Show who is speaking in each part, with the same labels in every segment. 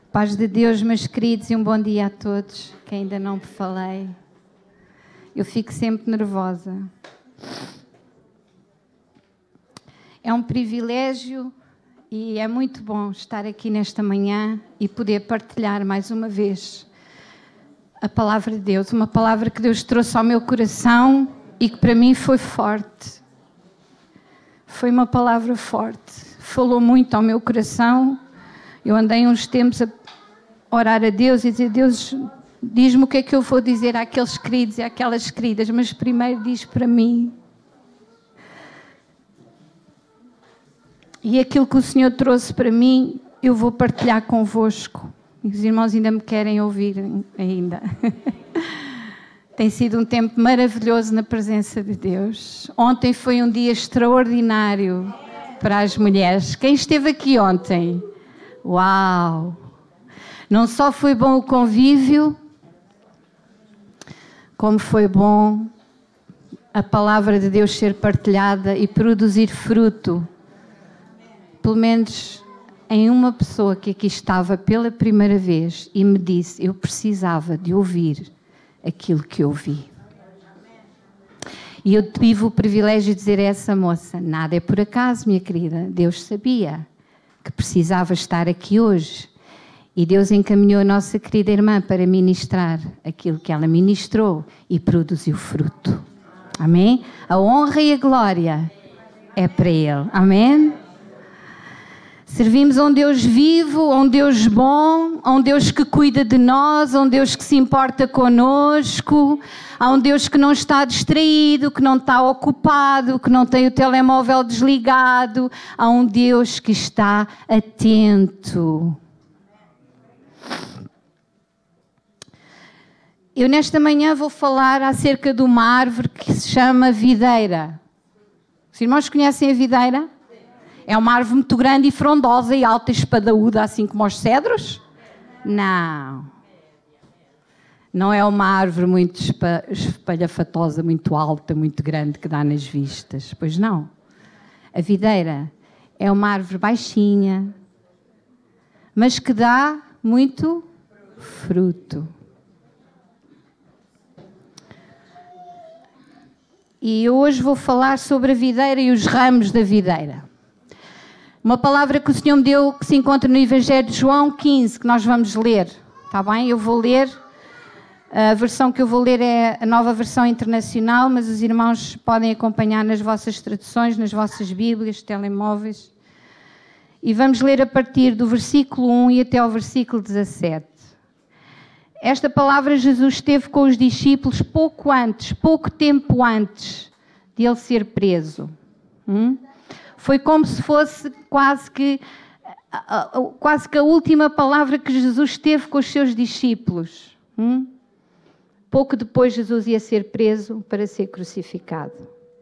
Speaker 1: Paz de Deus, meus queridos, e um bom dia a todos, que ainda não falei. Eu fico sempre nervosa. É um privilégio e é muito bom estar aqui nesta manhã e poder partilhar mais uma vez a palavra de Deus, uma palavra que Deus trouxe ao meu coração e que para mim foi forte. Foi uma palavra forte, falou muito ao meu coração. Eu andei uns tempos a orar a Deus e dizer: Deus, diz-me o que é que eu vou dizer àqueles queridos e àquelas queridas, mas primeiro diz para mim. E aquilo que o Senhor trouxe para mim, eu vou partilhar convosco. E os irmãos ainda me querem ouvir ainda. Tem sido um tempo maravilhoso na presença de Deus. Ontem foi um dia extraordinário para as mulheres. Quem esteve aqui ontem? Uau! Não só foi bom o convívio, como foi bom a palavra de Deus ser partilhada e produzir fruto. Pelo menos em uma pessoa que aqui estava pela primeira vez e me disse: eu precisava de ouvir aquilo que ouvi. E eu tive o privilégio de dizer a essa moça: nada é por acaso, minha querida. Deus sabia que precisava estar aqui hoje. E Deus encaminhou a nossa querida irmã para ministrar aquilo que ela ministrou e produziu fruto. Amém? A honra e a glória é para Ele. Amém? Servimos a um Deus vivo, a um Deus bom, a um Deus que cuida de nós, a um Deus que se importa connosco, a um Deus que não está distraído, que não está ocupado, que não tem o telemóvel desligado, a um Deus que está atento. Eu nesta manhã vou falar acerca de uma árvore que se chama videira. Os irmãos conhecem a videira? É uma árvore muito grande e frondosa e alta e espadaúda, assim como os cedros? Não. Não é uma árvore muito espalhafatosa, muito alta, muito grande, que dá nas vistas. Pois não. A videira é uma árvore baixinha, mas que dá muito fruto. E eu hoje vou falar sobre a videira e os ramos da videira. Uma palavra que o Senhor me deu, que se encontra no Evangelho de João 15, que nós vamos ler. Está bem? Eu vou ler. A versão que eu vou ler é a Nova Versão Internacional, mas os irmãos podem acompanhar nas vossas traduções, nas vossas Bíblias, telemóveis. E vamos ler a partir do versículo 1 e até ao versículo 17. Esta palavra Jesus esteve com os discípulos pouco tempo antes de ele ser preso. Foi como se fosse quase que a última palavra que Jesus teve com os seus discípulos. Pouco depois Jesus ia ser preso para ser crucificado.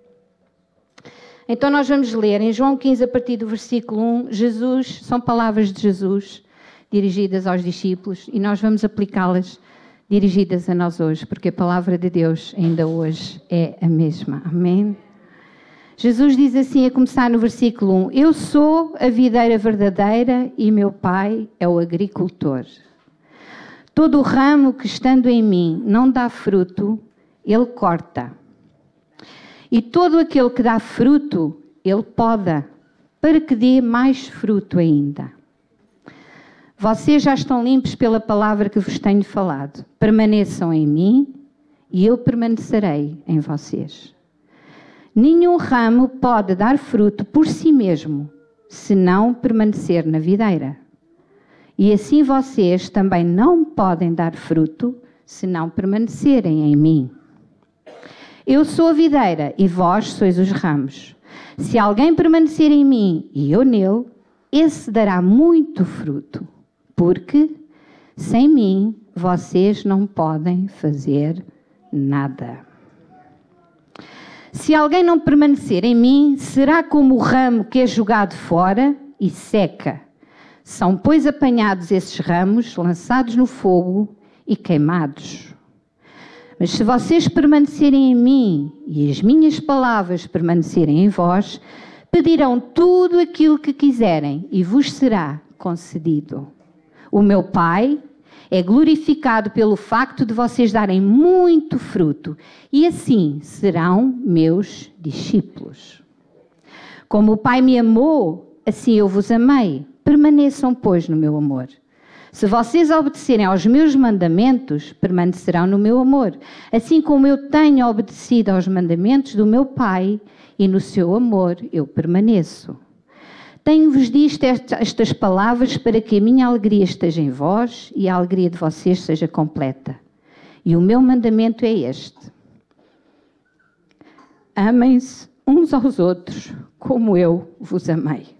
Speaker 1: Então nós vamos ler em João 15, a partir do versículo 1, são palavras de Jesus dirigidas aos discípulos e nós vamos aplicá-las dirigidas a nós hoje, porque a palavra de Deus ainda hoje é a mesma. Amém? Jesus diz assim, a começar no versículo 1, eu sou a videira verdadeira e meu Pai é o agricultor. Todo o ramo que estando em mim não dá fruto, Ele corta. E todo aquele que dá fruto, Ele poda, para que dê mais fruto ainda. Vocês já estão limpos pela palavra que vos tenho falado. Permaneçam em mim e eu permanecerei em vocês. Nenhum ramo pode dar fruto por si mesmo, se não permanecer na videira. E assim vocês também não podem dar fruto, se não permanecerem em mim. Eu sou a videira e vós sois os ramos. Se alguém permanecer em mim e eu nele, esse dará muito fruto, porque sem mim vocês não podem fazer nada. Se alguém não permanecer em mim, será como o ramo que é jogado fora e seca. São, pois, apanhados esses ramos, lançados no fogo e queimados. Mas se vocês permanecerem em mim e as minhas palavras permanecerem em vós, pedirão tudo aquilo que quiserem e vos será concedido. O meu Pai é glorificado pelo facto de vocês darem muito fruto e assim serão meus discípulos. Como o Pai me amou, assim eu vos amei. Permaneçam, pois, no meu amor. Se vocês obedecerem aos meus mandamentos, permanecerão no meu amor, assim como eu tenho obedecido aos mandamentos do meu Pai e no seu amor eu permaneço. Tenho-vos dito estas palavras para que a minha alegria esteja em vós e a alegria de vocês seja completa. E o meu mandamento é este: amem-se uns aos outros como eu vos amei.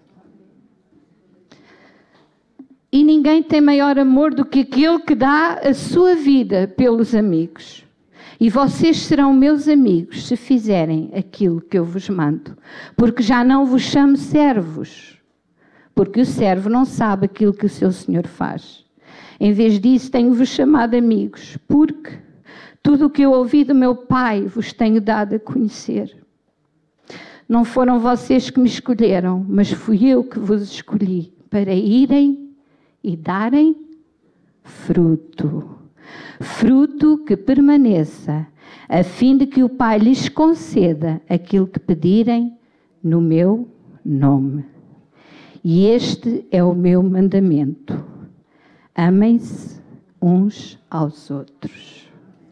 Speaker 1: E ninguém tem maior amor do que aquele que dá a sua vida pelos amigos. E vocês serão meus amigos se fizerem aquilo que eu vos mando. Porque já não vos chamo servos, porque o servo não sabe aquilo que o seu senhor faz. Em vez disso, tenho-vos chamado amigos, porque tudo o que eu ouvi do meu Pai vos tenho dado a conhecer. Não foram vocês que me escolheram, mas fui eu que vos escolhi para irem e darem fruto. Fruto que permaneça, a fim de que o Pai lhes conceda aquilo que pedirem no meu nome. E este é o meu mandamento: amem-se uns aos outros.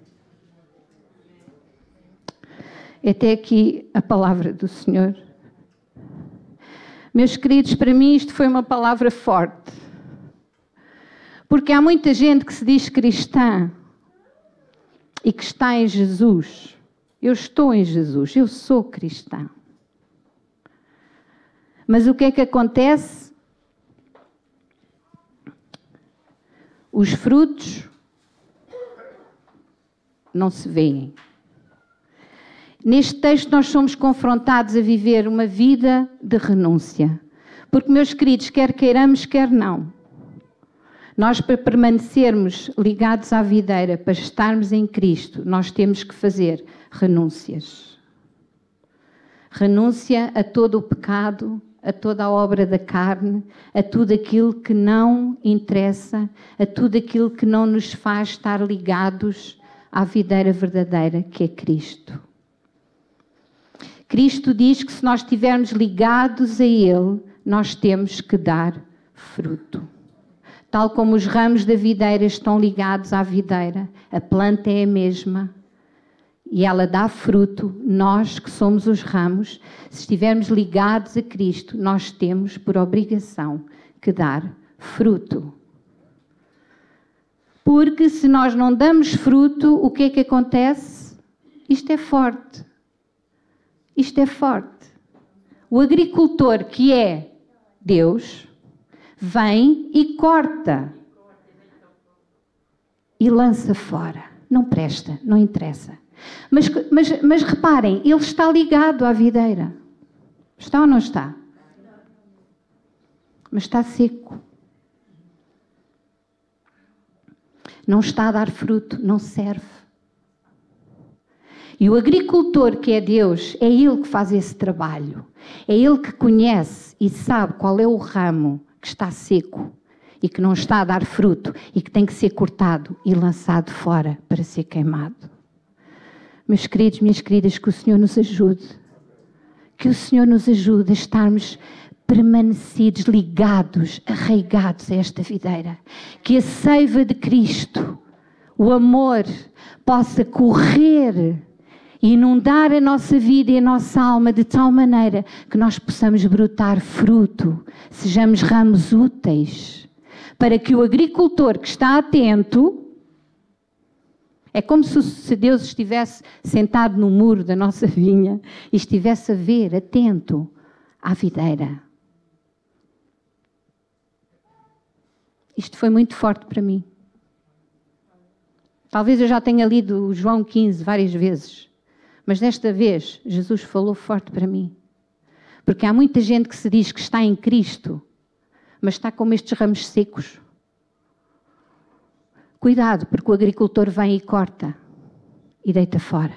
Speaker 1: Até aqui a palavra do Senhor. Meus queridos, para mim isto foi uma palavra forte. Porque há muita gente que se diz cristã e que está em Jesus. Eu estou em Jesus, eu sou cristã. Mas o que é que acontece? Os frutos não se veem. Neste texto nós somos confrontados a viver uma vida de renúncia. Porque, meus queridos, quer queiramos, quer não, nós, para permanecermos ligados à videira, para estarmos em Cristo, nós temos que fazer renúncias. Renúncia a todo o pecado, a toda a obra da carne, a tudo aquilo que não interessa, a tudo aquilo que não nos faz estar ligados à videira verdadeira, que é Cristo. Cristo diz que se nós estivermos ligados a Ele, nós temos que dar fruto. Tal como os ramos da videira estão ligados à videira, a planta é a mesma e ela dá fruto. Nós que somos os ramos, se estivermos ligados a Cristo, nós temos por obrigação que dar fruto. Porque se nós não damos fruto, o que é que acontece? Isto é forte. Isto é forte. O agricultor, que é Deus, vem e corta e lança fora. Não presta, não interessa. Mas reparem, ele está ligado à videira. Está ou não está? Mas está seco. Não está a dar fruto, não serve. E o agricultor, que é Deus, é Ele que faz esse trabalho. É Ele que conhece e sabe qual é o ramo que está seco e que não está a dar fruto e que tem que ser cortado e lançado fora para ser queimado. Meus queridos, minhas queridas, que o Senhor nos ajude. Que o Senhor nos ajude a estarmos permanecidos, ligados, arraigados a esta videira. Que a seiva de Cristo, o amor, possa correr e inundar a nossa vida e a nossa alma de tal maneira que nós possamos brotar fruto, sejamos ramos úteis, para que o agricultor que está atento, é como se Deus estivesse sentado no muro da nossa vinha e estivesse a ver, atento à videira. Isto foi muito forte para mim. Talvez eu já tenha lido João 15 várias vezes, mas desta vez Jesus falou forte para mim. Porque há muita gente que se diz que está em Cristo, mas está como estes ramos secos. Cuidado, porque o agricultor vem e corta e deita fora.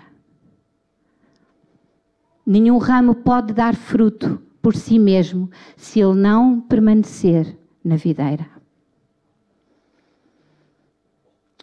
Speaker 1: Nenhum ramo pode dar fruto por si mesmo se ele não permanecer na videira.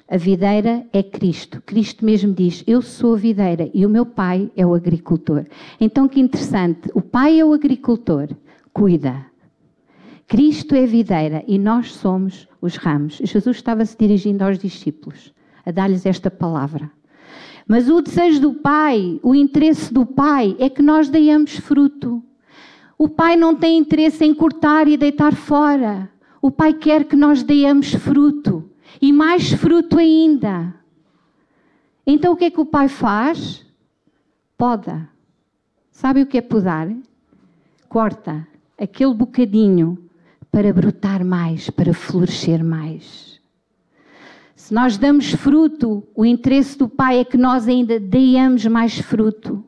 Speaker 1: A videira é Cristo. Cristo mesmo diz, eu sou a videira e o meu pai é o agricultor. Então que interessante, o pai é o agricultor, cuida. Cristo é a videira e nós somos os ramos. Jesus estava se dirigindo aos discípulos, a dar-lhes esta palavra. Mas o desejo do pai, o interesse do pai é que nós deiamos fruto. O pai não tem interesse em cortar e deitar fora. O pai quer que nós deiamos fruto. E mais fruto ainda. Então o que é que o pai faz? Poda. Sabe o que é podar? Corta aquele bocadinho para brotar mais, para florescer mais. Se nós damos fruto, o interesse do pai é que nós ainda deiamos mais fruto.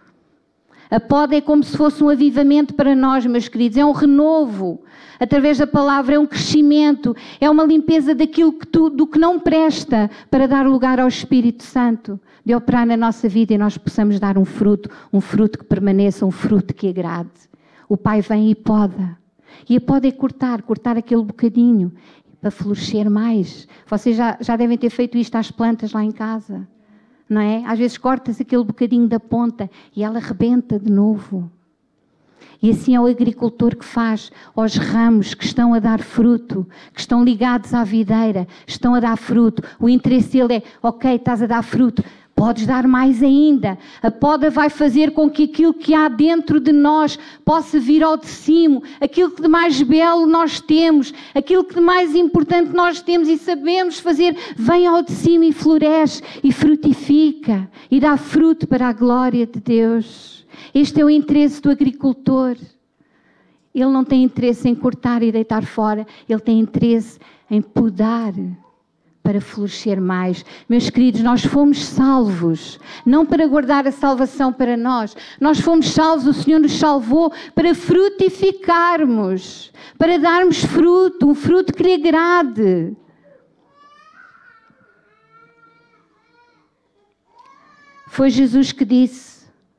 Speaker 1: A poda é como se fosse um avivamento para nós, meus queridos. É um renovo. Através da palavra é um crescimento. É uma limpeza daquilo do que não presta para dar lugar ao Espírito Santo. De operar na nossa vida e nós possamos dar um fruto que permaneça, um fruto que agrade. O Pai vem e poda. E a poda é cortar aquele bocadinho para florescer mais. Vocês já devem ter feito isto às plantas lá em casa. Não é? Às vezes cortas aquele bocadinho da ponta e ela rebenta de novo. E assim é o agricultor que faz aos ramos que estão a dar fruto, que estão ligados à videira, estão a dar fruto. O interesse dele é, ok, estás a dar fruto, podes dar mais ainda. A poda vai fazer com que aquilo que há dentro de nós possa vir ao de cima, aquilo que de mais belo nós temos, aquilo que de mais importante nós temos e sabemos fazer, vem ao de cima e floresce e frutifica e dá fruto para a glória de Deus. Este é o interesse do agricultor. Ele não tem interesse em cortar e deitar fora, ele tem interesse em podar para florescer mais. Meus queridos, nós fomos salvos, não para guardar a salvação para nós. Nós fomos salvos, o Senhor nos salvou para frutificarmos, para darmos fruto, um fruto que lhe agrade. Foi Jesus que disse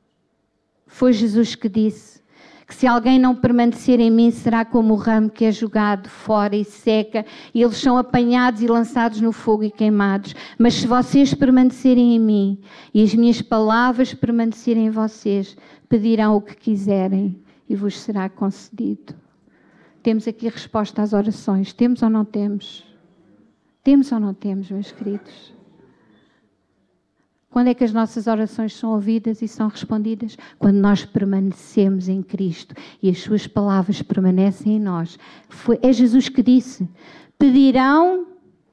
Speaker 1: que se alguém não permanecer em mim, será como o ramo que é jogado fora e seca, e eles são apanhados e lançados no fogo e queimados. Mas se vocês permanecerem em mim, e as minhas palavras permanecerem em vocês, pedirão o que quiserem, e vos será concedido. Temos aqui a resposta às orações. Temos ou não temos? Temos ou não temos, meus queridos? Quando é que as nossas orações são ouvidas e são respondidas? Quando nós permanecemos em Cristo e as suas palavras permanecem em nós. É Jesus que disse, pedirão,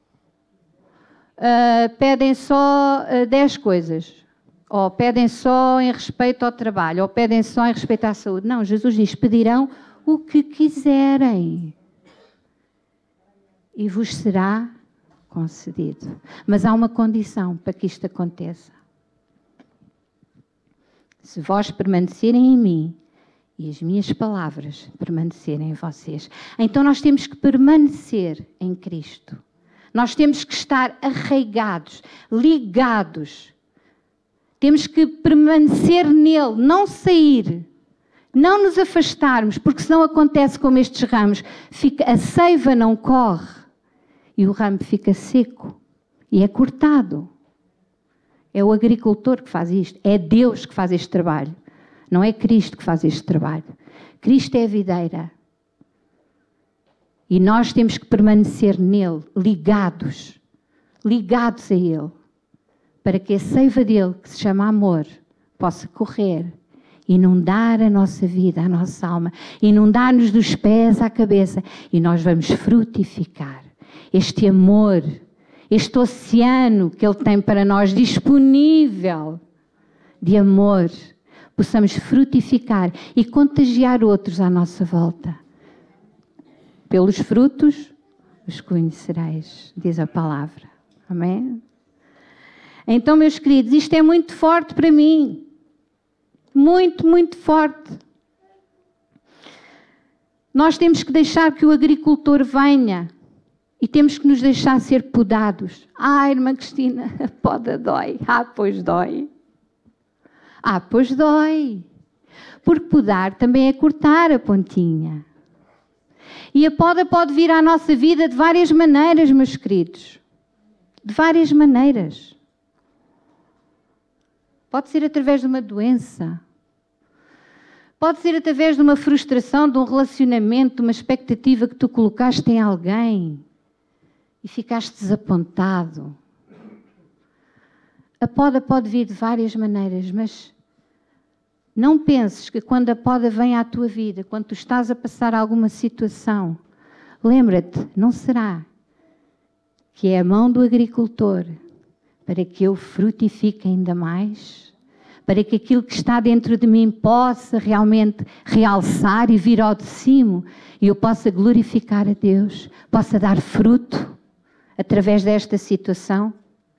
Speaker 1: pedem só 10 coisas. Ou pedem só em respeito ao trabalho, ou pedem só em respeito à saúde. Não, Jesus diz, pedirão o que quiserem. E vos será concedido. Mas há uma condição para que isto aconteça. Se vós permanecerem em mim e as minhas palavras permanecerem em vocês. Então nós temos que permanecer em Cristo. Nós temos que estar arraigados, ligados. Temos que permanecer nele, não sair. Não nos afastarmos, porque senão acontece como estes ramos. A seiva não corre. E o ramo fica seco e é cortado. É o agricultor que faz isto. É Deus que faz este trabalho. Não é Cristo que faz este trabalho. Cristo é a videira. E nós temos que permanecer nele, ligados a ele, para que a seiva dele, que se chama amor, possa correr, inundar a nossa vida, a nossa alma, inundar-nos dos pés à cabeça, e nós vamos frutificar. Este amor, este oceano que Ele tem para nós, disponível de amor, possamos frutificar e contagiar outros à nossa volta. Pelos frutos os conhecereis, diz a palavra. Amém? Então, meus queridos, isto é muito forte para mim. Muito, muito forte. Nós temos que deixar que o agricultor venha. E temos que nos deixar ser podados. Irmã Cristina, a poda dói. Pois dói. Pois dói. Porque podar também é cortar a pontinha. E a poda pode vir à nossa vida de várias maneiras, meus queridos. De várias maneiras. Pode ser através de uma doença. Pode ser através de uma frustração, de um relacionamento, de uma expectativa que tu colocaste em alguém e ficaste desapontado. A poda pode vir de várias maneiras, mas não penses que quando a poda vem à tua vida, quando tu estás a passar alguma situação, lembra-te, não será que é a mão do agricultor para que eu frutifique ainda mais, para que aquilo que está dentro de mim possa realmente realçar e vir ao de cima e eu possa glorificar a Deus, possa dar fruto através desta situação.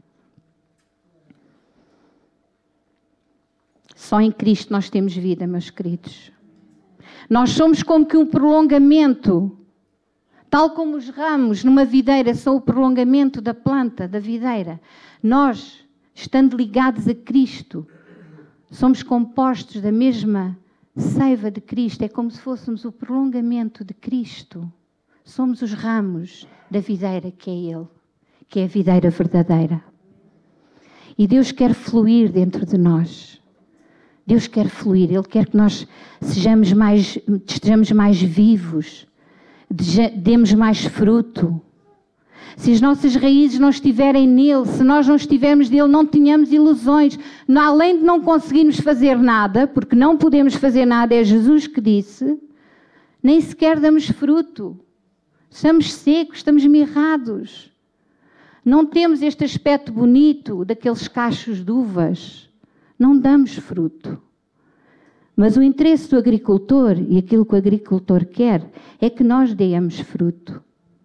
Speaker 1: Só em Cristo nós temos vida, meus queridos. Nós somos como que um prolongamento, tal como os ramos numa videira são o prolongamento da planta, da videira. Nós, estando ligados a Cristo, somos compostos da mesma seiva de Cristo. É como se fôssemos o prolongamento de Cristo. Somos os ramos da videira que é Ele, que é a videira verdadeira. E Deus quer fluir dentro de nós. Deus quer fluir. Ele quer que nós estejamos mais vivos, demos mais fruto. Se as nossas raízes não estiverem nele, se nós não estivermos nele, não tenhamos ilusões. Além de não conseguirmos fazer nada, porque não podemos fazer nada, é Jesus que disse, nem sequer damos fruto. Estamos secos, estamos mirrados. Não temos este aspecto bonito daqueles cachos de uvas. Não damos fruto. Mas o interesse do agricultor e aquilo que o agricultor quer é que nós demos fruto.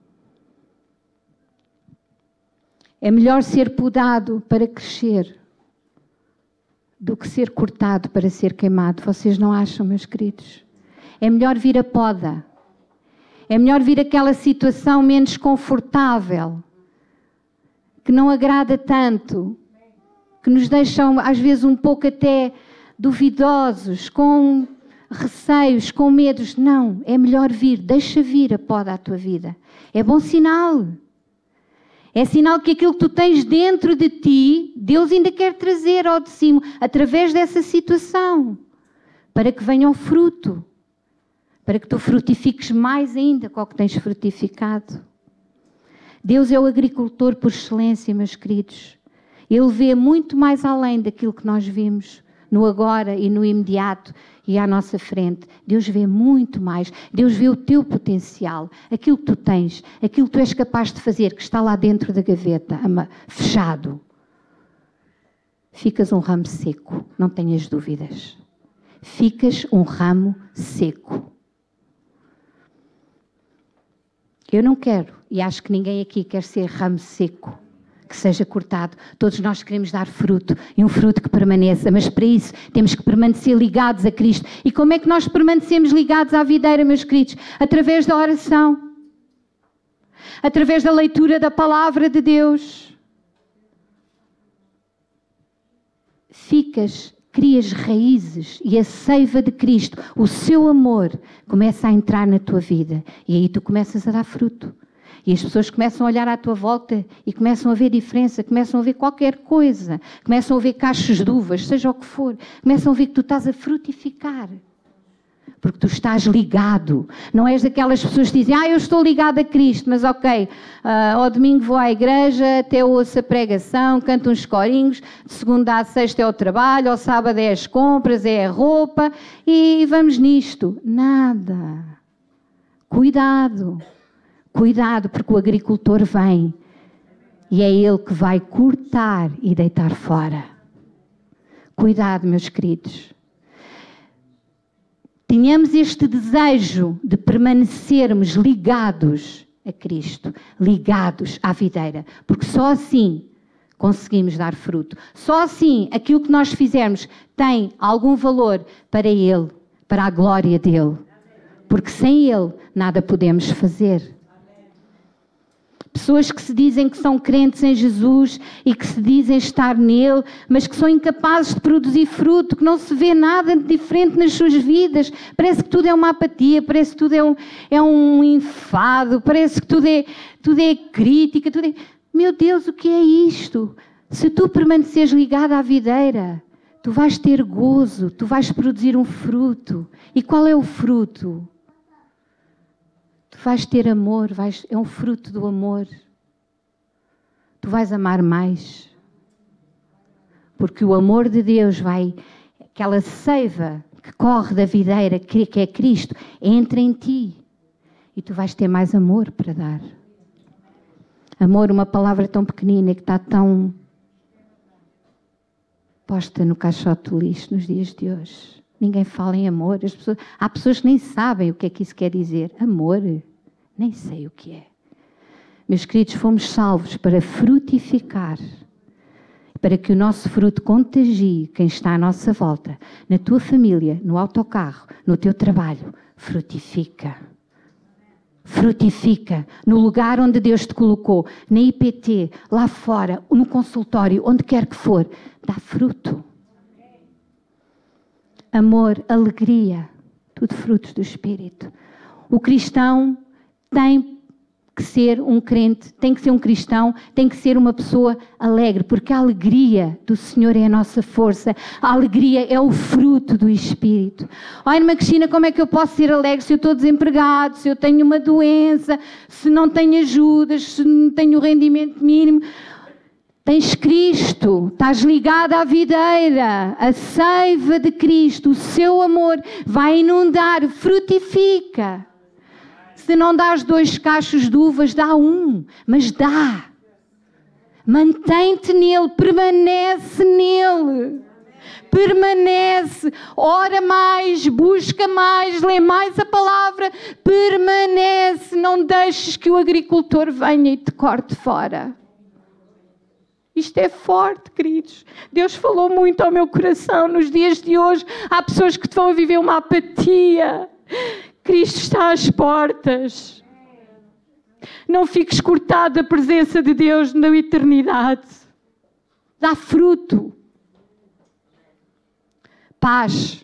Speaker 1: É melhor ser podado para crescer do que ser cortado para ser queimado. Vocês não acham, meus queridos? É melhor vir a poda. É melhor vir aquela situação menos confortável, que não agrada tanto, que nos deixam às vezes um pouco até duvidosos, com receios, com medos. Não, é melhor vir, deixa vir a poda à tua vida. É bom sinal. É sinal que aquilo que tu tens dentro de ti, Deus ainda quer trazer ao de cima, através dessa situação, para que venha o fruto, para que tu frutifiques mais ainda com o que tens frutificado. Deus é o agricultor por excelência, meus queridos. Ele vê muito mais além daquilo que nós vimos no agora e no imediato e à nossa frente. Deus vê muito mais. Deus vê o teu potencial, aquilo que tu tens, aquilo que tu és capaz de fazer, que está lá dentro da gaveta, fechado. Ficas um ramo seco, não tenhas dúvidas. Ficas um ramo seco. Eu não quero, e acho que ninguém aqui quer ser ramo seco, que seja cortado. Todos nós queremos dar fruto, e um fruto que permaneça, mas para isso temos que permanecer ligados a Cristo. E como é que nós permanecemos ligados à videira, meus queridos? Através da oração, através da leitura da palavra de Deus. Crias raízes e a seiva de Cristo, o seu amor, começa a entrar na tua vida e aí tu começas a dar fruto. E as pessoas começam a olhar à tua volta e começam a ver diferença, começam a ver qualquer coisa, começam a ver cachos de uvas, seja o que for, começam a ver que tu estás a frutificar. Porque tu estás ligado. Não és daquelas pessoas que dizem, eu estou ligado a Cristo, mas ok, ao domingo vou à igreja, até ouço a pregação, canto uns corinhos, de segunda a sexta é o trabalho, ao sábado é as compras, é a roupa, e vamos nisto. Nada. Cuidado. Cuidado, porque o agricultor vem e é ele que vai cortar e deitar fora. Cuidado, meus queridos. Tenhamos este desejo de permanecermos ligados a Cristo, ligados à videira, porque só assim conseguimos dar fruto. Só assim aquilo que nós fizermos tem algum valor para Ele, para a glória dEle, porque sem Ele nada podemos fazer. Pessoas que se dizem que são crentes em Jesus e que se dizem estar nele, mas que são incapazes de produzir fruto, que não se vê nada de diferente nas suas vidas. Parece que tudo é uma apatia, parece que tudo é um enfado, parece que tudo é crítica. Meu Deus, o que é isto? Se tu permaneceres ligado à videira, tu vais ter gozo, tu vais produzir um fruto. E qual é o fruto? Tu vais ter amor, é um fruto do amor. Tu vais amar mais. Porque o amor de Deus vai, aquela seiva que corre da videira, que é Cristo, entra em ti. E tu vais ter mais amor para dar. Amor, uma palavra tão pequenina que está tão posta no caixote do lixo nos dias de hoje. Ninguém fala em amor. Há pessoas que nem sabem o que é que isso quer dizer. Amor, nem sei o que é. Meus queridos, fomos salvos para frutificar. Para que o nosso fruto contagie quem está à nossa volta. Na tua família, no autocarro, no teu trabalho. Frutifica. Frutifica. No lugar onde Deus te colocou. Na IPT, lá fora, no consultório, onde quer que for. Dá fruto. Amor, alegria. Tudo frutos do Espírito. O cristão tem que ser um crente, tem que ser um cristão, tem que ser uma pessoa alegre, porque a alegria do Senhor é a nossa força, a alegria é o fruto do Espírito. Olha, irmã Cristina, como é que eu posso ser alegre se eu estou desempregado, se eu tenho uma doença, se não tenho ajudas, se não tenho rendimento mínimo? Tens Cristo, estás ligado à videira, a seiva de Cristo, o seu amor vai inundar, frutifica. Se não dás 2 cachos de uvas, dá 1, mas dá. Mantém-te nele, permanece nele. Permanece, ora mais, busca mais, lê mais a palavra, permanece. Não deixes que o agricultor venha e te corte fora. Isto é forte, queridos. Deus falou muito ao meu coração nos dias de hoje. Há pessoas que estão a viver uma apatia. Cristo está às portas. Não fiques cortado da presença de Deus na eternidade. Dá fruto. Paz.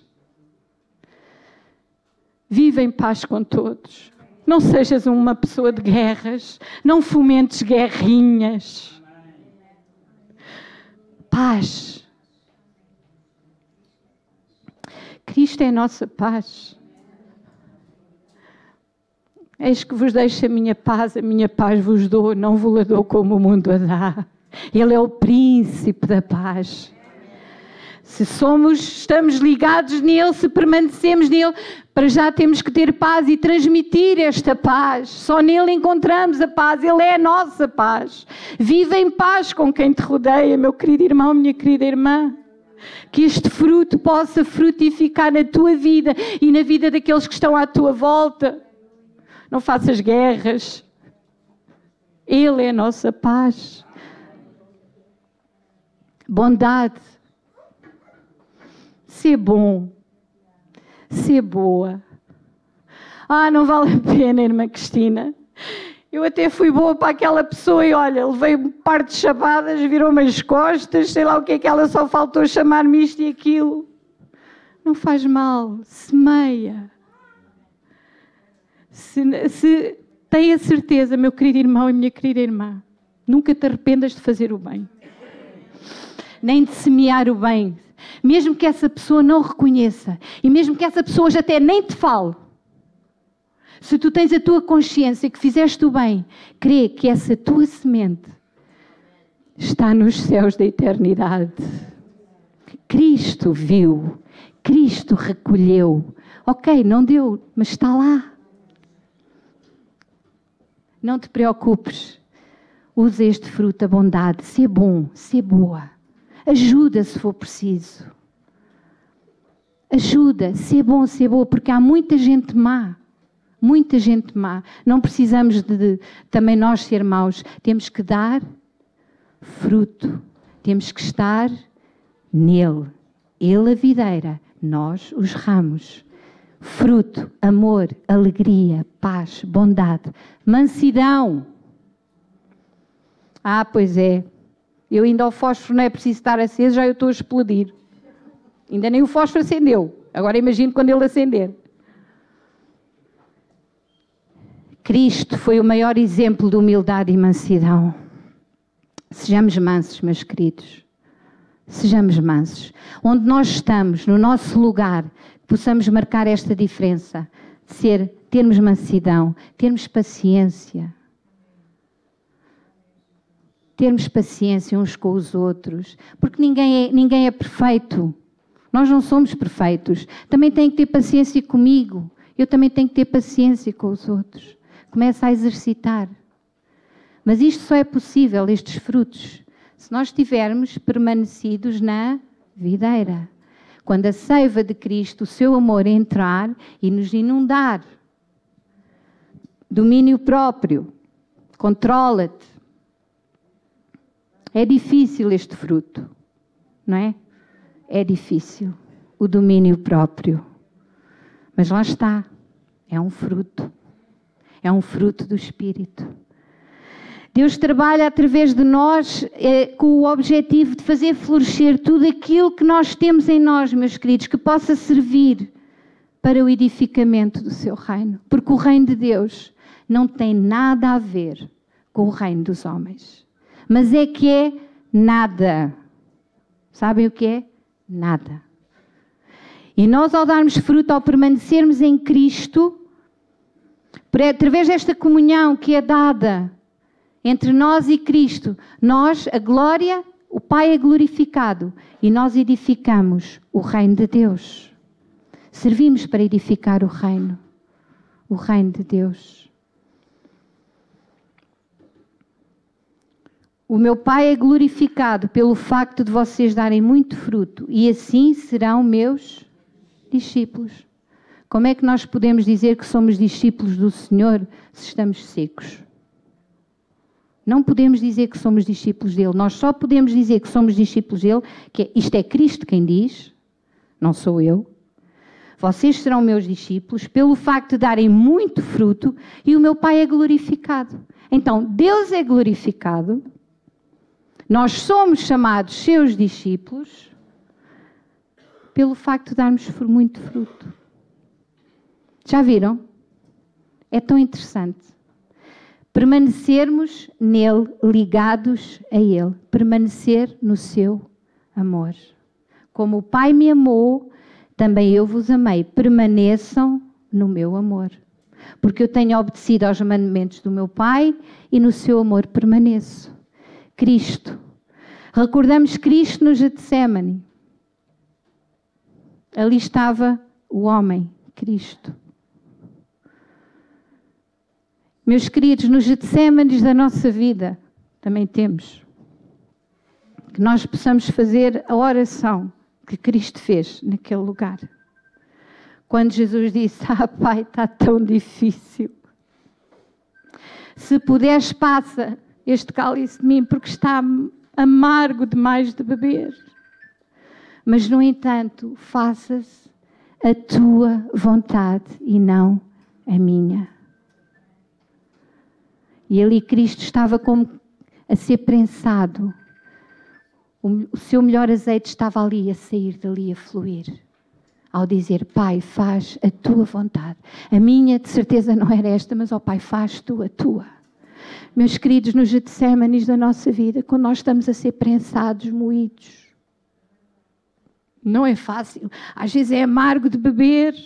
Speaker 1: Vive em paz com todos. Não sejas uma pessoa de guerras. Não fomentes guerrinhas. Paz. Cristo é a nossa paz. Eis que vos deixo a minha paz vos dou, não vos a dou como o mundo a dá. Ele é o príncipe da paz. Se estamos ligados nele, se permanecemos nele, para já temos que ter paz e transmitir esta paz. Só nele encontramos a paz, ele é a nossa paz. Vive em paz com quem te rodeia, meu querido irmão, minha querida irmã. Que este fruto possa frutificar na tua vida e na vida daqueles que estão à tua volta. Não faças guerras. Ele é a nossa paz. Bondade. Ser bom. Ser boa. Não vale a pena, irmã Cristina. Eu até fui boa para aquela pessoa e olha, levei um par de chapadas, virou-me as costas, sei lá o que é que ela só faltou chamar-me isto e aquilo. Não faz mal. Semeia. Se tem a certeza, meu querido irmão e minha querida irmã, nunca te arrependas de fazer o bem. Nem de semear o bem. Mesmo que essa pessoa não reconheça. E mesmo que essa pessoa já até nem te fale. Se tu tens a tua consciência que fizeste o bem, crê que essa tua semente está nos céus da eternidade. Cristo viu. Cristo recolheu. Ok, não deu, mas está lá. Não te preocupes. Usa este fruto, a bondade. Ser bom, ser boa. Ajuda se for preciso. Ajuda, ser bom, ser boa, porque há muita gente má. Muita gente má. Não precisamos de também nós ser maus. Temos que dar fruto. Temos que estar nele. Ele a videira, nós os ramos. Fruto, amor, alegria, paz, bondade, mansidão. Pois é. Eu ainda ao fósforo não é preciso estar aceso, já eu estou a explodir. Ainda nem o fósforo acendeu. Agora imagino quando ele acender. Cristo foi o maior exemplo de humildade e mansidão. Sejamos mansos, meus queridos. Sejamos mansos. Onde nós estamos, no nosso lugar, possamos marcar esta diferença. Termos mansidão, termos paciência. Termos paciência uns com os outros. Porque ninguém é perfeito. Nós não somos perfeitos. Também tenho que ter paciência comigo. Eu também tenho que ter paciência com os outros. Começa a exercitar. Mas isto só é possível, estes frutos, se nós estivermos permanecidos na videira. Quando a seiva de Cristo, o seu amor, entrar e nos inundar. Domínio próprio. Controla-te. É difícil este fruto, não é? É difícil. O domínio próprio. Mas lá está. É um fruto. É um fruto do Espírito. Deus trabalha através de nós com o objetivo de fazer florescer tudo aquilo que nós temos em nós, meus queridos, que possa servir para o edificamento do seu reino. Porque o reino de Deus não tem nada a ver com o reino dos homens. Mas é que é nada. Sabem o que é? Nada. E nós, ao darmos fruto, ao permanecermos em Cristo, através desta comunhão que é dada entre nós e Cristo, nós, a glória, o Pai é glorificado e nós edificamos o reino de Deus. Servimos para edificar o reino de Deus. O meu Pai é glorificado pelo facto de vocês darem muito fruto e assim serão meus discípulos. Como é que nós podemos dizer que somos discípulos do Senhor se estamos secos? Não podemos dizer que somos discípulos dele. Nós só podemos dizer que somos discípulos dele, isto é Cristo quem diz, não sou eu. Vocês serão meus discípulos pelo facto de darem muito fruto e o meu Pai é glorificado. Então, Deus é glorificado, nós somos chamados seus discípulos pelo facto de darmos muito fruto. Já viram? É tão interessante. Permanecermos nele, ligados a ele. Permanecer no seu amor. Como o Pai me amou, também eu vos amei. Permaneçam no meu amor. Porque eu tenho obedecido aos mandamentos do meu Pai e no seu amor permaneço. Cristo. Recordamos Cristo no Getsémani. Ali estava o homem, Cristo. Meus queridos, nos Getsêmanes da nossa vida, também temos. Que nós possamos fazer a oração que Cristo fez naquele lugar. Quando Jesus disse, Pai, está tão difícil. Se puderes, passa este cálice de mim, porque está amargo demais de beber. Mas, no entanto, faça-se a tua vontade e não a minha. E ali Cristo estava como a ser prensado. O seu melhor azeite estava ali a sair dali, a fluir. Ao dizer, Pai, faz a tua vontade. A minha, de certeza, não era esta, mas, ó Pai, faz tu a tua. Meus queridos, nos Getsêmanes da nossa vida, quando nós estamos a ser prensados, moídos, não é fácil. Às vezes é amargo de beber.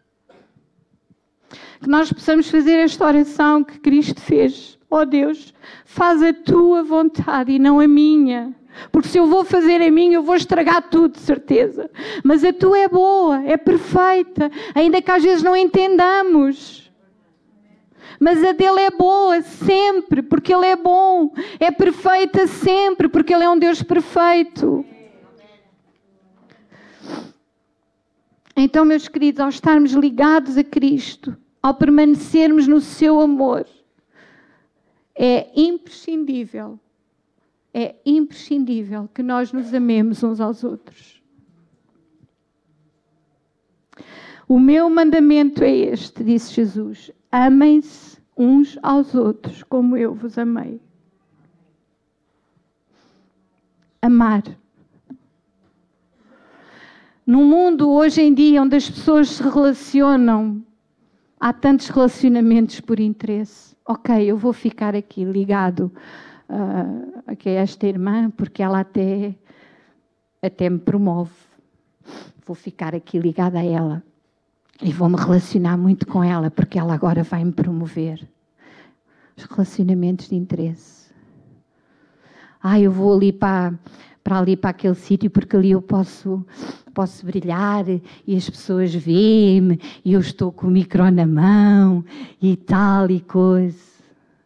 Speaker 1: Que nós possamos fazer esta oração que Cristo fez. Ó Deus, faz a tua vontade e não a minha. Porque se eu vou fazer a minha, eu vou estragar tudo, de certeza. Mas a tua é boa, é perfeita. Ainda que às vezes não entendamos. Mas a dele é boa sempre, porque ele é bom. É perfeita sempre, porque ele é um Deus perfeito. Então, meus queridos, ao estarmos ligados a Cristo, ao permanecermos no seu amor, é imprescindível que nós nos amemos uns aos outros. O meu mandamento é este, disse Jesus, amem-se uns aos outros como eu vos amei. Amar. Num mundo hoje em dia onde as pessoas se relacionam, há tantos relacionamentos por interesse. Ok, eu vou ficar aqui ligado que é esta irmã, porque ela até me promove. Vou ficar aqui ligada a ela e vou-me relacionar muito com ela, porque ela agora vai me promover. Os relacionamentos de interesse. Eu vou ali para aquele sítio, porque ali eu posso brilhar e as pessoas veem-me e eu estou com o micro na mão e tal e coisa.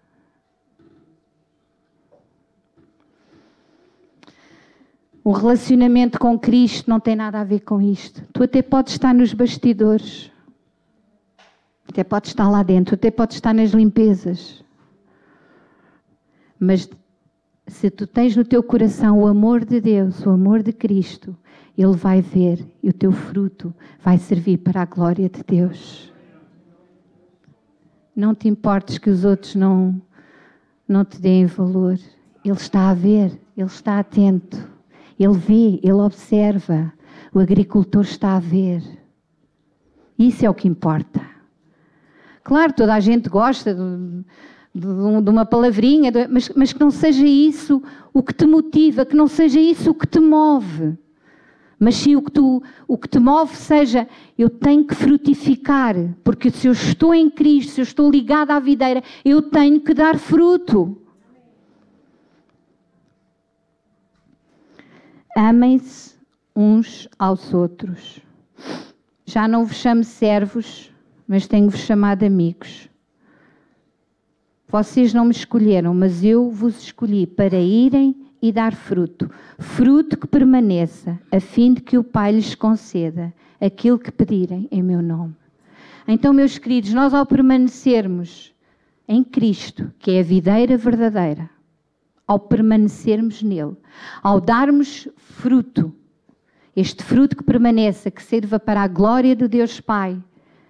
Speaker 1: O relacionamento com Cristo não tem nada a ver com isto. Tu até podes estar nos bastidores. Até podes estar lá dentro. Até podes estar nas limpezas. Mas se tu tens no teu coração o amor de Deus, o amor de Cristo, Ele vai ver e o teu fruto vai servir para a glória de Deus. Não te importes que os outros não te deem valor. Ele está a ver, Ele está atento. Ele vê, Ele observa. O agricultor está a ver. Isso é o que importa. Claro, toda a gente gosta de uma palavrinha, mas que não seja isso o que te motiva, que não seja isso o que te move. Mas sim o que te move seja, eu tenho que frutificar, porque se eu estou em Cristo, se eu estou ligada à videira, eu tenho que dar fruto. Amem-se uns aos outros. Já não vos chamo servos, mas tenho-vos chamado amigos. Vocês não me escolheram, mas eu vos escolhi para irem e dar fruto. Fruto que permaneça, a fim de que o Pai lhes conceda aquilo que pedirem em meu nome. Então, meus queridos, nós ao permanecermos em Cristo, que é a videira verdadeira, ao permanecermos nele, ao darmos fruto, este fruto que permaneça, que sirva para a glória de Deus Pai,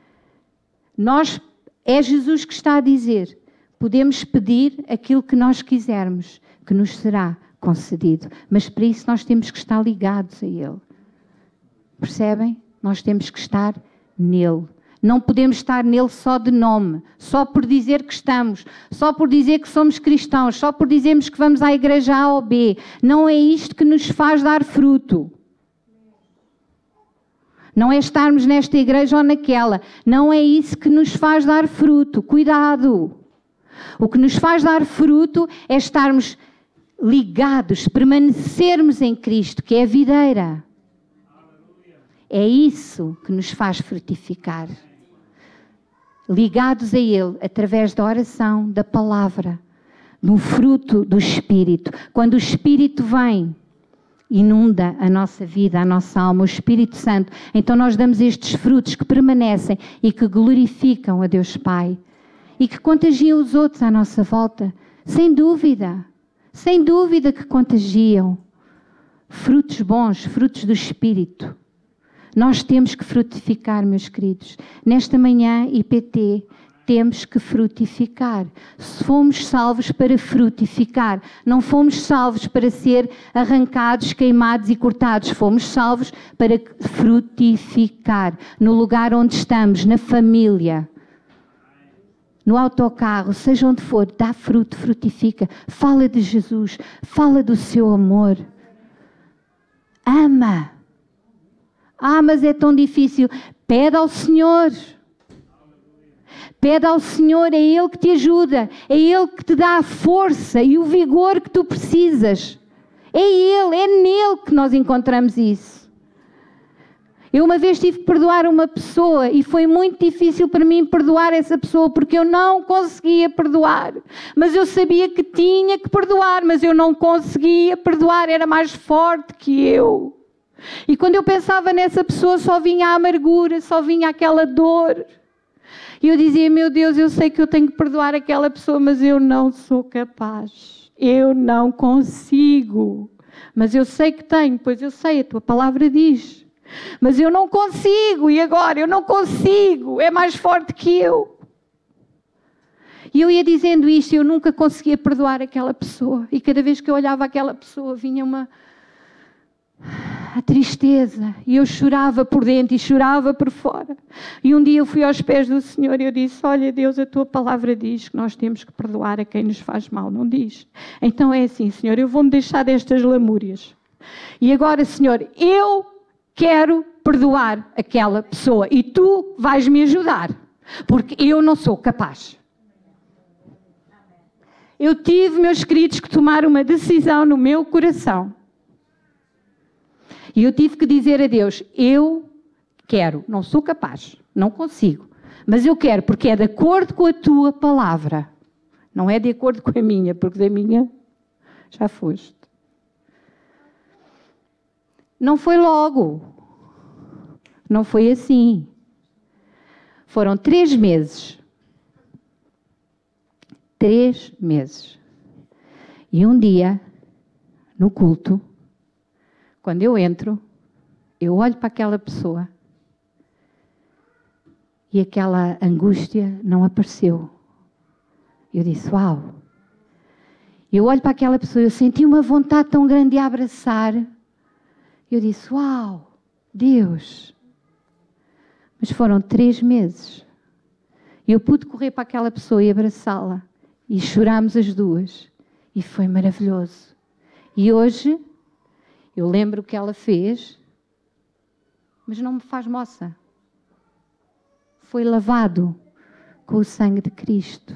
Speaker 1: é Jesus que está a dizer, podemos pedir aquilo que nós quisermos, que nos será concedido, mas para isso nós temos que estar ligados a Ele. Percebem? Nós temos que estar nele. Não podemos estar nele só de nome, só por dizer que estamos, só por dizer que somos cristãos, só por dizermos que vamos à igreja A ou B. Não é isto que nos faz dar fruto. Não é estarmos nesta igreja ou naquela. Não é isso que nos faz dar fruto. Cuidado! O que nos faz dar fruto é estarmos ligados, permanecermos em Cristo, que é a videira. É isso que nos faz frutificar. Ligados a Ele, através da oração, da palavra, do fruto do Espírito. Quando o Espírito vem, inunda a nossa vida, a nossa alma, o Espírito Santo, então nós damos estes frutos que permanecem e que glorificam a Deus Pai e que contagiam os outros à nossa volta. Sem dúvida que contagiam. Frutos bons, frutos do Espírito. Nós temos que frutificar, meus queridos. Nesta manhã, IPT, temos que frutificar. Se fomos salvos para frutificar, não fomos salvos para ser arrancados, queimados e cortados. Fomos salvos para frutificar. No lugar onde estamos, na família, no autocarro, seja onde for, dá fruto, frutifica. Fala de Jesus, fala do seu amor. Ama. Mas é tão difícil. Pede ao Senhor. Pede ao Senhor, é Ele que te ajuda. É Ele que te dá a força e o vigor que tu precisas. É Ele, é nele que nós encontramos isso. Eu uma vez tive que perdoar uma pessoa e foi muito difícil para mim perdoar essa pessoa porque eu não conseguia perdoar. Mas eu sabia que tinha que perdoar, mas eu não conseguia perdoar, era mais forte que eu. E quando eu pensava nessa pessoa só vinha a amargura, só vinha aquela dor. E eu dizia, meu Deus, eu sei que eu tenho que perdoar aquela pessoa, mas eu não sou capaz. Eu não consigo. Mas eu sei que tenho, pois eu sei, a tua palavra diz. Mas eu não consigo, e agora? Eu não consigo, é mais forte que eu. E eu ia dizendo isto, eu nunca conseguia perdoar aquela pessoa. E cada vez que eu olhava aquela pessoa, vinha a tristeza. E eu chorava por dentro e chorava por fora. E um dia eu fui aos pés do Senhor e eu disse: olha Deus, a tua palavra diz que nós temos que perdoar a quem nos faz mal. Não diz? Então é assim, Senhor, eu vou-me deixar destas lamúrias. E agora, Senhor, eu quero perdoar aquela pessoa. E tu vais me ajudar. Porque eu não sou capaz. Eu tive, meus queridos, que tomar uma decisão no meu coração. E eu tive que dizer a Deus: eu quero, não sou capaz, não consigo, mas eu quero, porque é de acordo com a tua palavra. Não é de acordo com a minha, porque da minha já foste. Não foi logo. Não foi assim. Foram 3 meses. 3 meses. E um dia, no culto, quando eu entro, eu olho para aquela pessoa e aquela angústia não apareceu. Eu disse: uau! Eu olho para aquela pessoa, eu senti uma vontade tão grande de a abraçar. Eu disse: uau! Deus! Mas foram 3 meses. Eu pude correr para aquela pessoa e abraçá-la. E chorámos as duas. E foi maravilhoso. E hoje, eu lembro o que ela fez, mas não me faz moça. Foi lavado com o sangue de Cristo.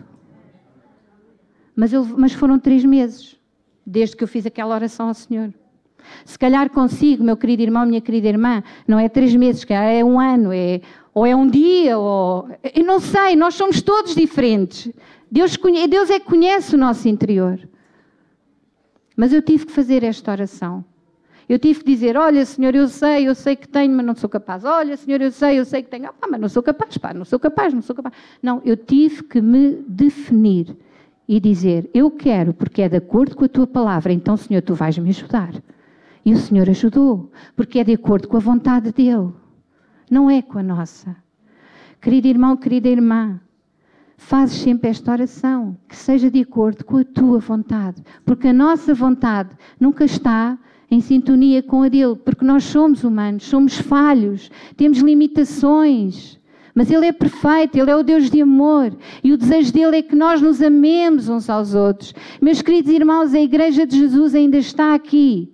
Speaker 1: Mas foram 3 meses, desde que eu fiz aquela oração ao Senhor. Se calhar consigo, meu querido irmão, minha querida irmã, não é 3 meses, que é 1 ano, ou é um dia, ou... Eu não sei, nós somos todos diferentes. Deus é que conhece o nosso interior. Mas eu tive que fazer esta oração. Eu tive que dizer: olha, Senhor, eu sei que tenho, mas não sou capaz. Olha, Senhor, eu sei que tenho, mas não sou capaz, não sou capaz. Não, eu tive que me definir e dizer: eu quero, porque é de acordo com a tua palavra, então, Senhor, tu vais me ajudar. E o Senhor ajudou, porque é de acordo com a vontade dEle, não é com a nossa. Querido irmão, querida irmã, fazes sempre esta oração, que seja de acordo com a tua vontade, porque a nossa vontade nunca está em sintonia com a dele, porque nós somos humanos, somos falhos, temos limitações, mas Ele é perfeito, Ele é o Deus de amor, e o desejo dEle é que nós nos amemos uns aos outros. Meus queridos irmãos, a Igreja de Jesus ainda está aqui,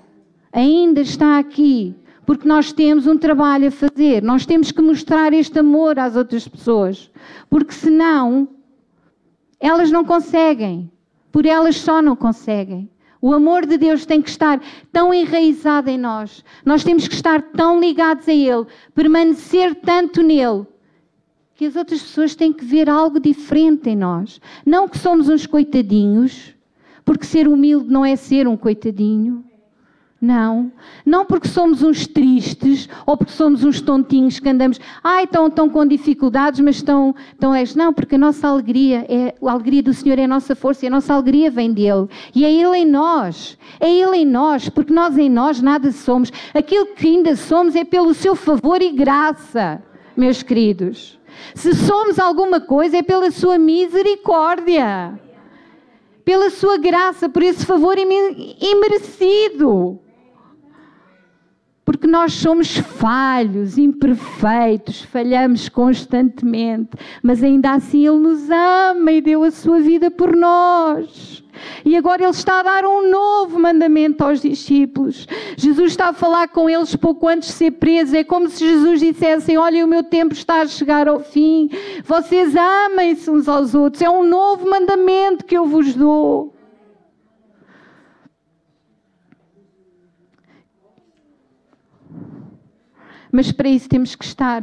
Speaker 1: porque nós temos um trabalho a fazer, nós temos que mostrar este amor às outras pessoas, porque senão elas não conseguem, por elas só não conseguem. O amor de Deus tem que estar tão enraizado em nós. Nós temos que estar tão ligados a Ele, permanecer tanto nele, que as outras pessoas têm que ver algo diferente em nós. Não que somos uns coitadinhos, porque ser humilde não é ser um coitadinho. Não porque somos uns tristes ou porque somos uns tontinhos que andamos, estão com dificuldades, mas estão. Não, porque a nossa alegria, a alegria do Senhor é a nossa força e a nossa alegria vem dEle. E é Ele em nós, porque nós em nós nada somos. Aquilo que ainda somos é pelo seu favor e graça, meus queridos. Se somos alguma coisa é pela sua misericórdia, pela sua graça, por esse favor imerecido. Porque nós somos falhos, imperfeitos, falhamos constantemente, mas ainda assim Ele nos ama e deu a sua vida por nós. E agora Ele está a dar um novo mandamento aos discípulos. Jesus está a falar com eles pouco antes de ser preso. É como se Jesus dissesse: olha, o meu tempo está a chegar ao fim. Vocês amem-se uns aos outros. É um novo mandamento que eu vos dou. Mas para isso temos que estar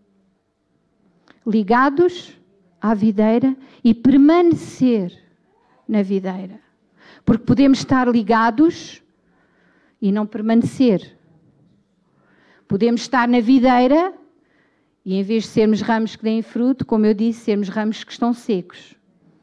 Speaker 1: ligados à videira e permanecer na videira. Porque podemos estar ligados e não permanecer. Podemos estar na videira e, em vez de sermos ramos que deem fruto, como eu disse, sermos ramos que estão secos.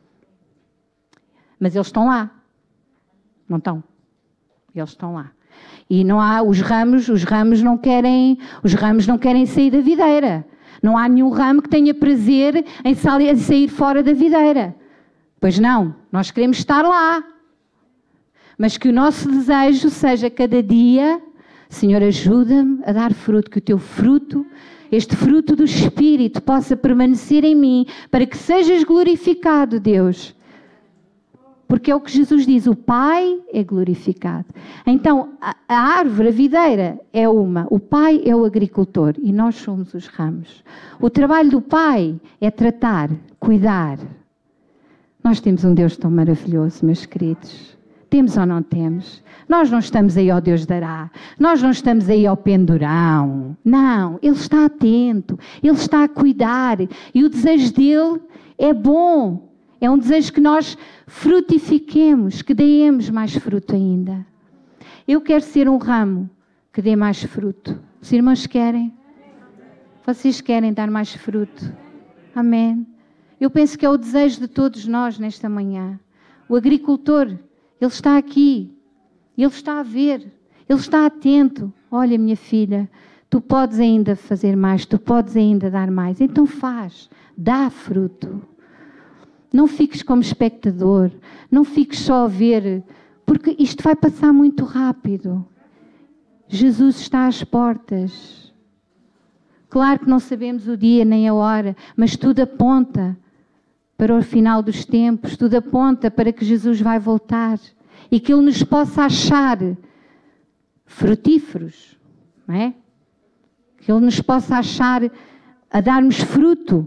Speaker 1: Mas eles estão lá. Não estão. Eles estão lá. E não há os ramos não querem sair da videira. Não há nenhum ramo que tenha prazer em sair fora da videira. Pois não, nós queremos estar lá. Mas que o nosso desejo seja cada dia Senhor, ajuda-me a dar fruto, que o teu fruto, este fruto do Espírito, possa permanecer em mim, para que sejas glorificado, Deus. Porque é o que Jesus diz, o Pai é glorificado. Então, a árvore, a videira é uma, o Pai é o agricultor e nós somos os ramos. O trabalho do Pai é tratar, cuidar. Nós temos um Deus tão maravilhoso, meus queridos. Temos ou não temos? Nós não estamos aí ao Deus dará. Nós não estamos aí ao pendurão. Não, Ele está atento. Ele está a cuidar. E o desejo dEle é bom. É um desejo que nós frutifiquemos, que demos mais fruto ainda. Eu quero ser um ramo que dê mais fruto. Os irmãos querem? Vocês querem dar mais fruto? Amém. Eu penso que é o desejo de todos nós nesta manhã. O agricultor, ele está aqui. Ele está a ver. Ele está atento. Olha, minha filha, tu podes ainda fazer mais. Tu podes ainda dar mais. Então faz. Dá fruto. Não fiques como espectador. Não fiques só a ver. Porque isto vai passar muito rápido. Jesus está às portas. Claro que não sabemos o dia nem a hora. Mas tudo aponta para o final dos tempos. Tudo aponta para que Jesus vai voltar. E que Ele nos possa achar frutíferos. Não é? Que Ele nos possa achar a darmos fruto.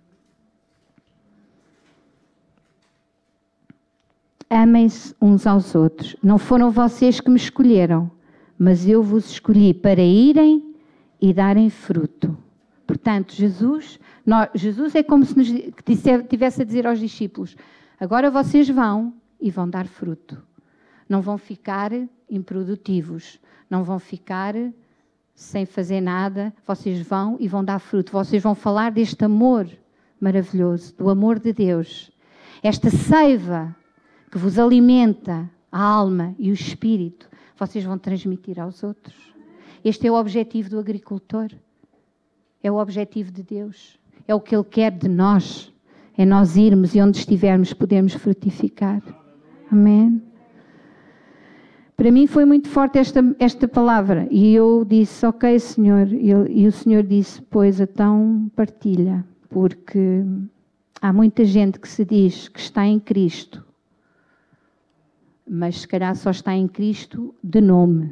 Speaker 1: Amem-se uns aos outros. Não foram vocês que me escolheram, mas eu vos escolhi para irem e darem fruto. Portanto, Jesus é como se nos tivesse a dizer aos discípulos, agora vocês vão e vão dar fruto. Não vão ficar improdutivos, não vão ficar sem fazer nada, vocês vão e vão dar fruto. Vocês vão falar deste amor maravilhoso, do amor de Deus. Esta seiva que vos alimenta a alma e o espírito, vocês vão transmitir aos outros. Este é o objetivo do agricultor. É o objetivo de Deus. É o que Ele quer de nós. É nós irmos e onde estivermos podemos frutificar. Amém? Para mim foi muito forte esta palavra. E eu disse, ok, Senhor. E o Senhor disse, pois então partilha. Porque há muita gente que se diz que está em Cristo, mas se calhar só está em Cristo de nome.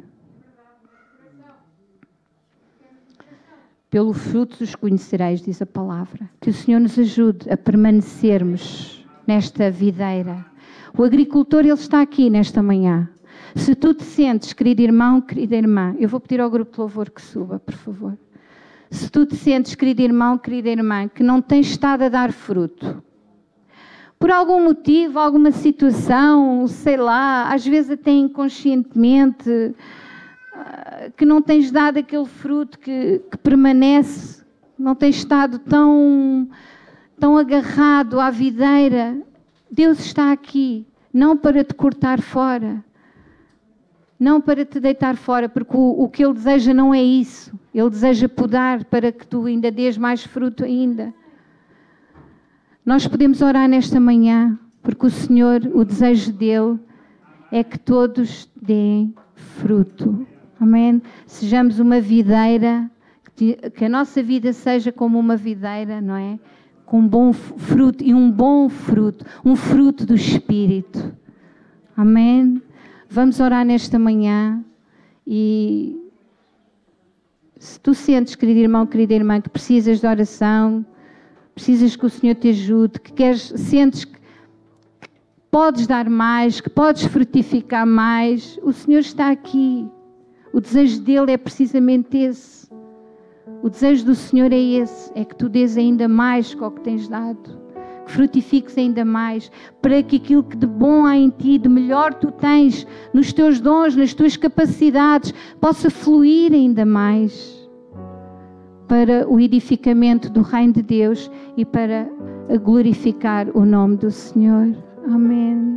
Speaker 1: Pelo fruto os conhecereis, diz a palavra. Que o Senhor nos ajude a permanecermos nesta videira. O agricultor, ele está aqui nesta manhã. Se tu te sentes, querido irmão, querida irmã, eu vou pedir ao grupo de louvor que suba, por favor. Se tu te sentes, querido irmão, querida irmã, que não tens estado a dar fruto, por algum motivo, alguma situação, sei lá, às vezes até inconscientemente, que não tens dado aquele fruto que permanece, não tens estado tão agarrado à videira, Deus está aqui, não para te cortar fora, não para te deitar fora, porque o que Ele deseja não é isso. Ele deseja podar para que tu ainda dês mais fruto ainda. Nós podemos orar nesta manhã, porque o Senhor, o desejo dEle é que todos deem fruto. Amém? Sejamos uma videira, que a nossa vida seja como uma videira, não é? Com bom fruto, e um bom fruto, um fruto do Espírito. Amém? Vamos orar nesta manhã e se tu sentes, querido irmão, querida irmã, que precisas de oração, precisas que o Senhor te ajude, sentes que podes dar mais, que podes frutificar mais, o Senhor está aqui. O desejo dele é precisamente esse. O desejo do Senhor é esse, é que tu dês ainda mais que o que tens dado, que frutifiques ainda mais, para que aquilo que de bom há em ti, de melhor tu tens, nos teus dons, nas tuas capacidades, possa fluir ainda mais para o edificamento do reino de Deus e para glorificar o nome do Senhor. Amém.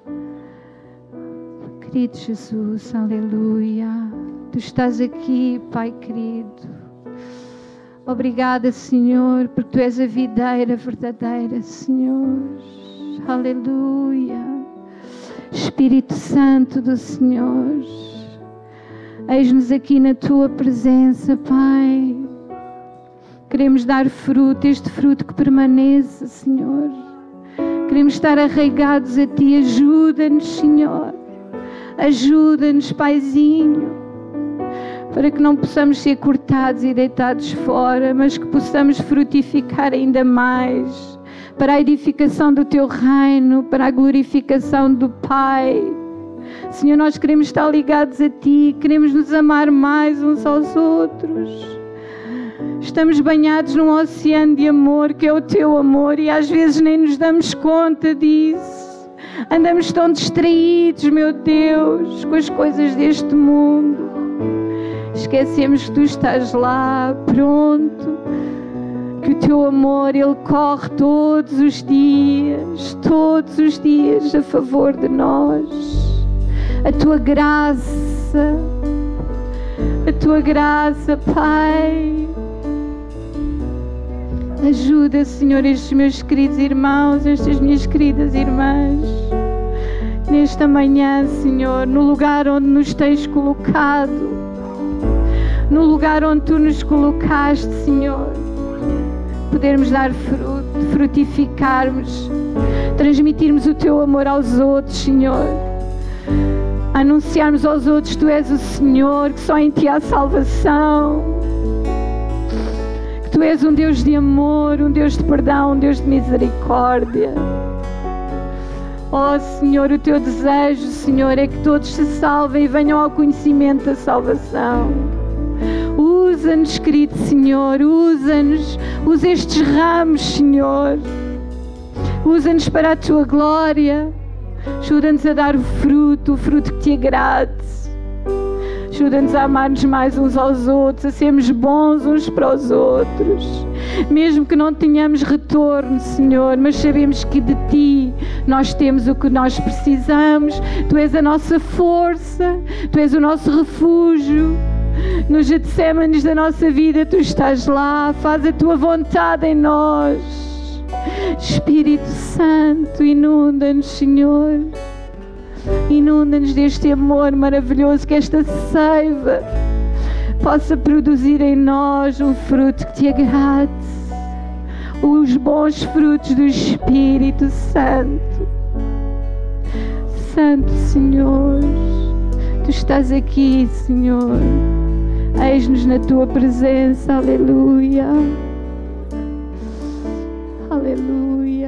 Speaker 1: Querido Jesus, aleluia. Tu estás aqui, Pai querido. Obrigada, Senhor, porque Tu és a videira verdadeira, Senhor. Aleluia. Espírito Santo do Senhor, Eis-nos aqui na Tua presença, Pai. Queremos dar fruto, este fruto que permaneça, Senhor. Queremos estar arraigados a Ti. Ajuda-nos, Senhor. Ajuda-nos, Paizinho, para que não possamos ser cortados e deitados fora, mas que possamos frutificar ainda mais, para a edificação do Teu reino, para a glorificação do Pai. Senhor, nós queremos estar ligados a Ti, queremos nos amar mais uns aos outros. Estamos banhados num oceano de amor, que é o Teu amor, e às vezes nem nos damos conta disso. Andamos tão distraídos, meu Deus, com as coisas deste mundo. Esquecemos que Tu estás lá, pronto, que o Teu amor, Ele corre todos os dias a favor de nós. A Tua graça, Pai. Ajuda, Senhor, estes meus queridos irmãos, estas minhas queridas irmãs, nesta manhã, Senhor, no lugar onde nos tens colocado, no lugar onde Tu nos colocaste, Senhor, podermos dar fruto, frutificarmos, transmitirmos o Teu amor aos outros, Senhor, anunciarmos aos outros que Tu és o Senhor, que só em Ti há salvação, que Tu és um Deus de amor, um Deus de perdão, um Deus de misericórdia. Oh, Senhor, o Teu desejo, Senhor, é que todos se salvem e venham ao conhecimento da salvação. Usa-nos, querido Senhor, usa-nos, usa estes ramos, Senhor, usa-nos para a Tua glória. Ajuda-nos a dar o fruto que Te agrade. Ajuda-nos a amar-nos mais uns aos outros, a sermos bons uns para os outros. Mesmo que não tenhamos retorno, Senhor, mas sabemos que de Ti nós temos o que nós precisamos. Tu és a nossa força, Tu és o nosso refúgio. Nos Getsêmanes da nossa vida, Tu estás lá, faz a Tua vontade em nós. Espírito Santo, inunda-nos, Senhor. Inunda-nos deste amor maravilhoso, que esta seiva possa produzir em nós um fruto que Te agrade, os bons frutos do Espírito Santo. Santo Senhor, Tu estás aqui, Senhor. Eis-nos na Tua presença. Aleluia. Aleluia.